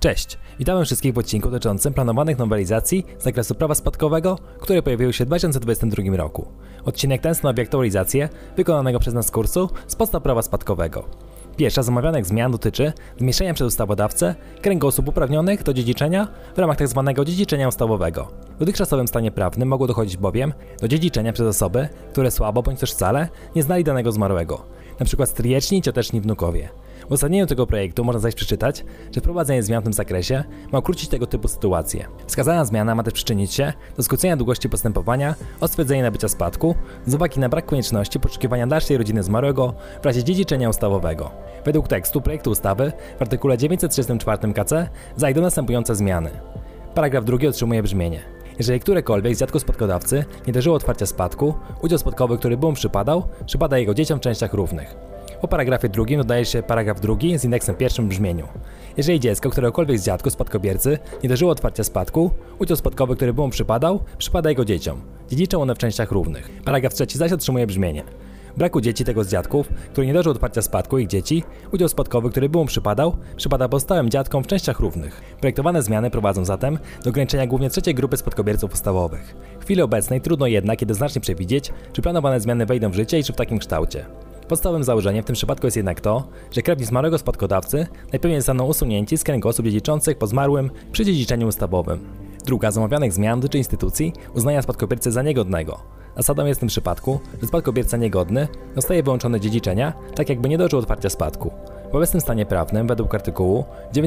Cześć, witamy wszystkich w odcinku dotyczącym planowanych nowelizacji z zakresu prawa spadkowego, które pojawiły się w 2022 roku. Odcinek ten stanowi aktualizację wykonanego przez nas kursu z podstaw prawa spadkowego. Pierwsza z omawianych zmian dotyczy zmniejszenia przez ustawodawcę kręgu osób uprawnionych do dziedziczenia w ramach tzw. dziedziczenia ustawowego. W dotychczasowym stanie prawnym mogło dochodzić bowiem do dziedziczenia przez osoby, które słabo bądź też wcale nie znali danego zmarłego, np. stryjeczni, cioteczni, wnukowie. W uzasadnieniu tego projektu można zaś przeczytać, że wprowadzenie zmian w tym zakresie ma ukrócić tego typu sytuacje. Wskazana zmiana ma też przyczynić się do skrócenia długości postępowania o stwierdzenie nabycia spadku z uwagi na brak konieczności poszukiwania dalszej rodziny zmarłego w razie dziedziczenia ustawowego. Według tekstu projektu ustawy w artykule 934 KC zajdą następujące zmiany. Paragraf 2 otrzymuje brzmienie: jeżeli którekolwiek z dziadków spadkodawcy nie dożyło otwarcia spadku, udział spadkowy, który by mu przypada jego dzieciom w częściach równych. Po paragrafie 2 dodaje się paragraf 2 z indeksem 1 w brzmieniu: jeżeli dziecko któregokolwiek z dziadków spadkobiercy nie dożyło otwarcia spadku, udział spadkowy, który by mu przypada jego dzieciom. Dziedziczą one w częściach równych. Paragraf 3 zaś otrzymuje brzmienie: w braku dzieci tego z dziadków, który nie dożył otwarcia spadku ich dzieci, udział spadkowy, który by mu przypada pozostałym dziadkom w częściach równych. Projektowane zmiany prowadzą zatem do ograniczenia głównie trzeciej grupy spadkobierców ustawowych. W chwili obecnej trudno jednak jednoznacznie przewidzieć, czy planowane zmiany wejdą w życie i czy w takim kształcie. Podstawowym założeniem w tym przypadku jest jednak to, że krewni zmarłego spadkodawcy najpewniej zostaną usunięci z kręgu osób dziedziczących po zmarłym przy dziedziczeniu ustawowym. Druga z omawianych zmian dotyczy instytucji uznania spadkobiercy za niegodnego. Zasadą jest w tym przypadku, że spadkobierca niegodny zostaje wyłączony z dziedziczenia, tak jakby nie dożył otwarcia spadku. W obecnym stanie prawnym, według artykułu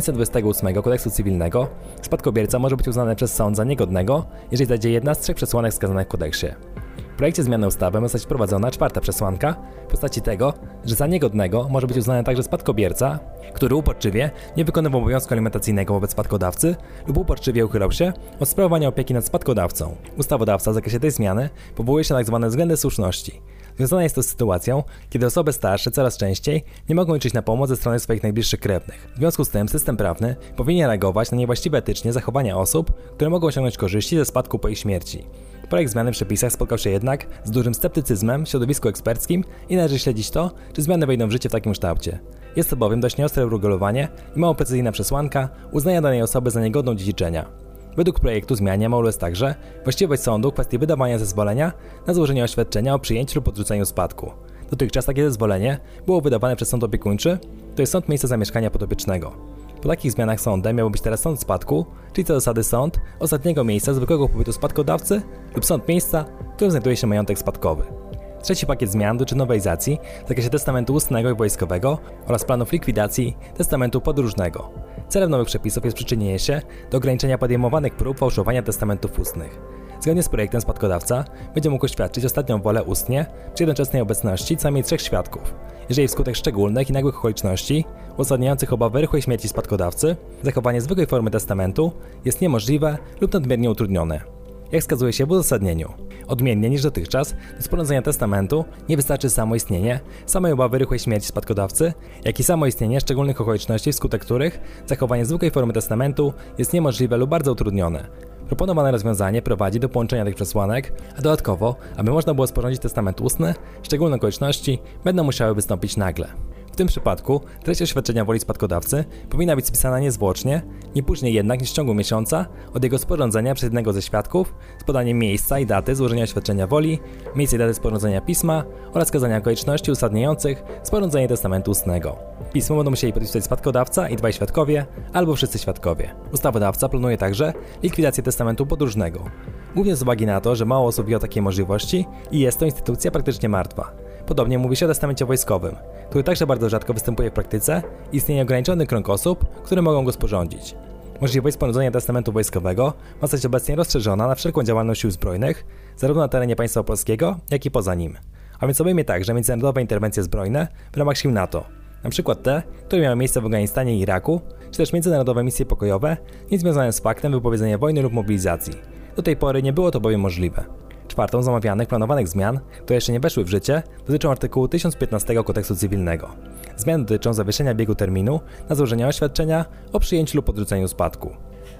928 Kodeksu Cywilnego, spadkobierca może być uznany przez sąd za niegodnego, jeżeli zajdzie jedna z trzech przesłanek wskazanych w kodeksie. W projekcie zmiany ustawy ma zostać wprowadzona czwarta przesłanka w postaci tego, że za niegodnego może być uznany także spadkobierca, który uporczywie nie wykonywał obowiązku alimentacyjnego wobec spadkodawcy lub uporczywie uchylał się od sprawowania opieki nad spadkodawcą. Ustawodawca w zakresie tej zmiany powołuje się na tzw. względy słuszności. Związane jest to z sytuacją, kiedy osoby starsze coraz częściej nie mogą liczyć na pomoc ze strony swoich najbliższych krewnych. W związku z tym system prawny powinien reagować na niewłaściwe etycznie zachowania osób, które mogą osiągnąć korzyści ze spadku po ich śmierci. Projekt zmiany w przepisach spotkał się jednak z dużym sceptycyzmem w środowisku eksperckim i należy śledzić to, czy zmiany wejdą w życie w takim kształcie. Jest to bowiem dość nieostre uregulowanie i mało precyzyjna przesłanka uznania danej osoby za niegodną dziedziczenia. Według projektu zmianie ma ulec także właściwość sądu w kwestii wydawania zezwolenia na złożenie oświadczenia o przyjęciu lub odrzuceniu spadku. Dotychczas takie zezwolenie było wydawane przez sąd opiekuńczy, to jest sąd miejsca zamieszkania podopiecznego. Po takich zmianach sądem miał być teraz sąd spadku, czyli co do zasady sąd ostatniego miejsca zwykłego pobytu spadkodawcy lub sąd miejsca, w którym znajduje się majątek spadkowy. Trzeci pakiet zmian dotyczy nowelizacji w zakresie testamentu ustnego i wojskowego oraz planów likwidacji testamentu podróżnego. Celem nowych przepisów jest przyczynienie się do ograniczenia podejmowanych prób fałszowania testamentów ustnych. Zgodnie z projektem spadkodawca będzie mógł oświadczyć ostatnią wolę ustnie przy jednoczesnej obecności co najmniej 3 świadków. Jeżeli wskutek szczególnych i nagłych okoliczności uzasadniających obawę rychłej śmierci spadkodawcy, zachowanie zwykłej formy testamentu jest niemożliwe lub nadmiernie utrudnione. Jak wskazuje się w uzasadnieniu, odmiennie niż dotychczas, do sporządzenia testamentu nie wystarczy samo istnienie samej obawy rychłej śmierci spadkodawcy, jak i samo istnienie szczególnych okoliczności, wskutek których zachowanie zwykłej formy testamentu jest niemożliwe lub bardzo utrudnione. Proponowane rozwiązanie prowadzi do połączenia tych przesłanek, a dodatkowo, aby można było sporządzić testament ustny, szczególne okoliczności będą musiały wystąpić nagle. W tym przypadku treść oświadczenia woli spadkodawcy powinna być spisana niezwłocznie, nie później jednak niż w ciągu miesiąca od jego sporządzenia przez jednego ze świadków z podaniem miejsca i daty złożenia oświadczenia woli, miejsca i daty sporządzenia pisma oraz wskazania okoliczności uzasadniających sporządzenie testamentu ustnego. Pismo będą musieli podpisać spadkodawca i 2 świadkowie albo wszyscy świadkowie. Ustawodawca planuje także likwidację testamentu podróżnego, głównie z uwagi na to, że mało osób wie o takiej możliwości i jest to instytucja praktycznie martwa. Podobnie mówi się o testamencie wojskowym, który także bardzo rzadko występuje w praktyce i istnieje ograniczony krąg osób, które mogą go sporządzić. Możliwość sporządzenia testamentu wojskowego ma zostać obecnie rozszerzona na wszelką działalność sił zbrojnych, zarówno na terenie państwa polskiego, jak i poza nim. A więc obejmie także międzynarodowe interwencje zbrojne w ramach sił NATO, np. te, które miały miejsce w Afganistanie i Iraku, czy też międzynarodowe misje pokojowe, niezwiązane z faktem wypowiedzenia wojny lub mobilizacji. Do tej pory nie było to bowiem możliwe. Czwartą z omawianych, planowanych zmian, które jeszcze nie weszły w życie, dotyczą artykułu 1015 Kodeksu Cywilnego. Zmiany dotyczą zawieszenia biegu terminu na złożenie oświadczenia o przyjęciu lub odrzuceniu spadku.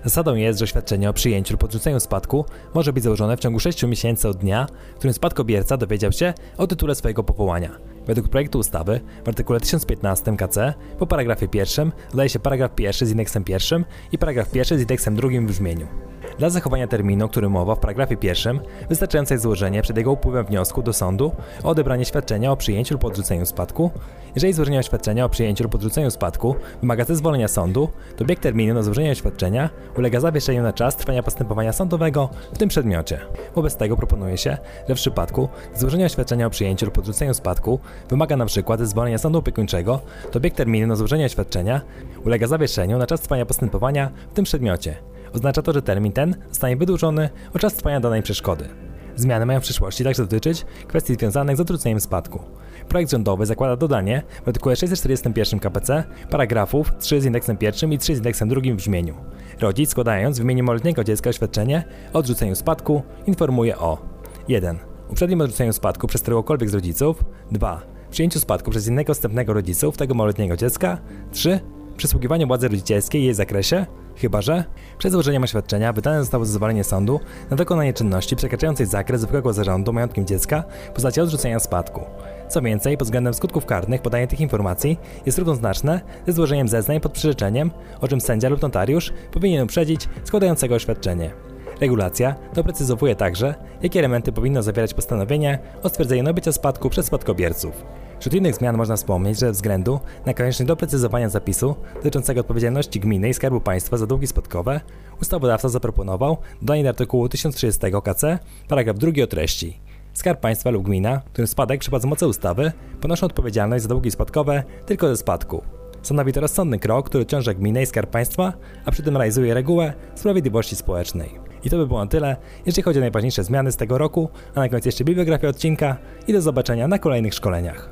Zasadą jest, że oświadczenie o przyjęciu lub odrzuceniu spadku może być złożone w ciągu 6 miesięcy od dnia, w którym spadkobierca dowiedział się o tytule swojego powołania. Według projektu ustawy w artykule 1015 k.c. po paragrafie 1 dodaje się paragraf 1 z indeksem 1 i paragraf 1 z indeksem 2 w brzmieniu. Dla zachowania terminu, o którym mowa w paragrafie 1, wystarczające jest złożenie przed jego upływem wniosku do sądu o odebranie świadczenia o przyjęciu lub odrzuceniu spadku. Jeżeli złożenie oświadczenia o przyjęciu lub odrzuceniu spadku wymaga zezwolenia sądu, to bieg terminu na złożenie oświadczenia ulega zawieszeniu na czas trwania postępowania sądowego w tym przedmiocie. Wobec tego proponuje się, że w przypadku, gdy złożenie oświadczenia o przyjęciu lub odrzuceniu spadku wymaga np. zezwolenia sądu opiekuńczego, to bieg terminu na złożenie oświadczenia ulega zawieszeniu na czas trwania postępowania w tym przedmiocie. Oznacza to, że termin ten zostanie wydłużony o czas trwania danej przeszkody. Zmiany mają w przyszłości także dotyczyć kwestii związanych z odrzuceniem spadku. Projekt rządowy zakłada dodanie w artykule 641 k.p.c. paragrafów 3 z indeksem 1 i 3 z indeksem 2 w brzmieniu. Rodzic, składając w imieniu małoletniego dziecka oświadczenie o odrzuceniu spadku, informuje o 1. Uprzednim odrzuceniu spadku przez któregokolwiek z rodziców, 2. Przyjęciu spadku przez innego wstępnego rodziców tego małoletniego dziecka, 3. Przysługiwaniu władzy rodzicielskiej i jej zakresie, chyba że przed złożeniem oświadczenia wydane zostało zezwolenie sądu na dokonanie czynności przekraczającej zakres zwykłego zarządu majątkiem dziecka w postaci odrzucenia spadku. Co więcej, pod względem skutków karnych podanie tych informacji jest równoznaczne ze złożeniem zeznań pod przyrzeczeniem, o czym sędzia lub notariusz powinien uprzedzić składającego oświadczenie. Regulacja doprecyzowuje także, jakie elementy powinno zawierać postanowienie o stwierdzeniu nabycia spadku przez spadkobierców. Wśród innych zmian można wspomnieć, że ze względu na konieczność doprecyzowania zapisu dotyczącego odpowiedzialności gminy i Skarbu Państwa za długi spadkowe, ustawodawca zaproponował dodanie do artykułu 1030 k.c. paragraf 2 o treści: Skarb Państwa lub gmina, którym spadek przypadł z mocy ustawy, ponoszą odpowiedzialność za długi spadkowe tylko ze spadku. Stanowi to rozsądny krok, który ciąży gminę i Skarb Państwa, a przy tym realizuje regułę sprawiedliwości społecznej. I to by było na tyle, jeżeli chodzi o najważniejsze zmiany z tego roku, a na koniec jeszcze bibliografia odcinka i do zobaczenia na kolejnych szkoleniach.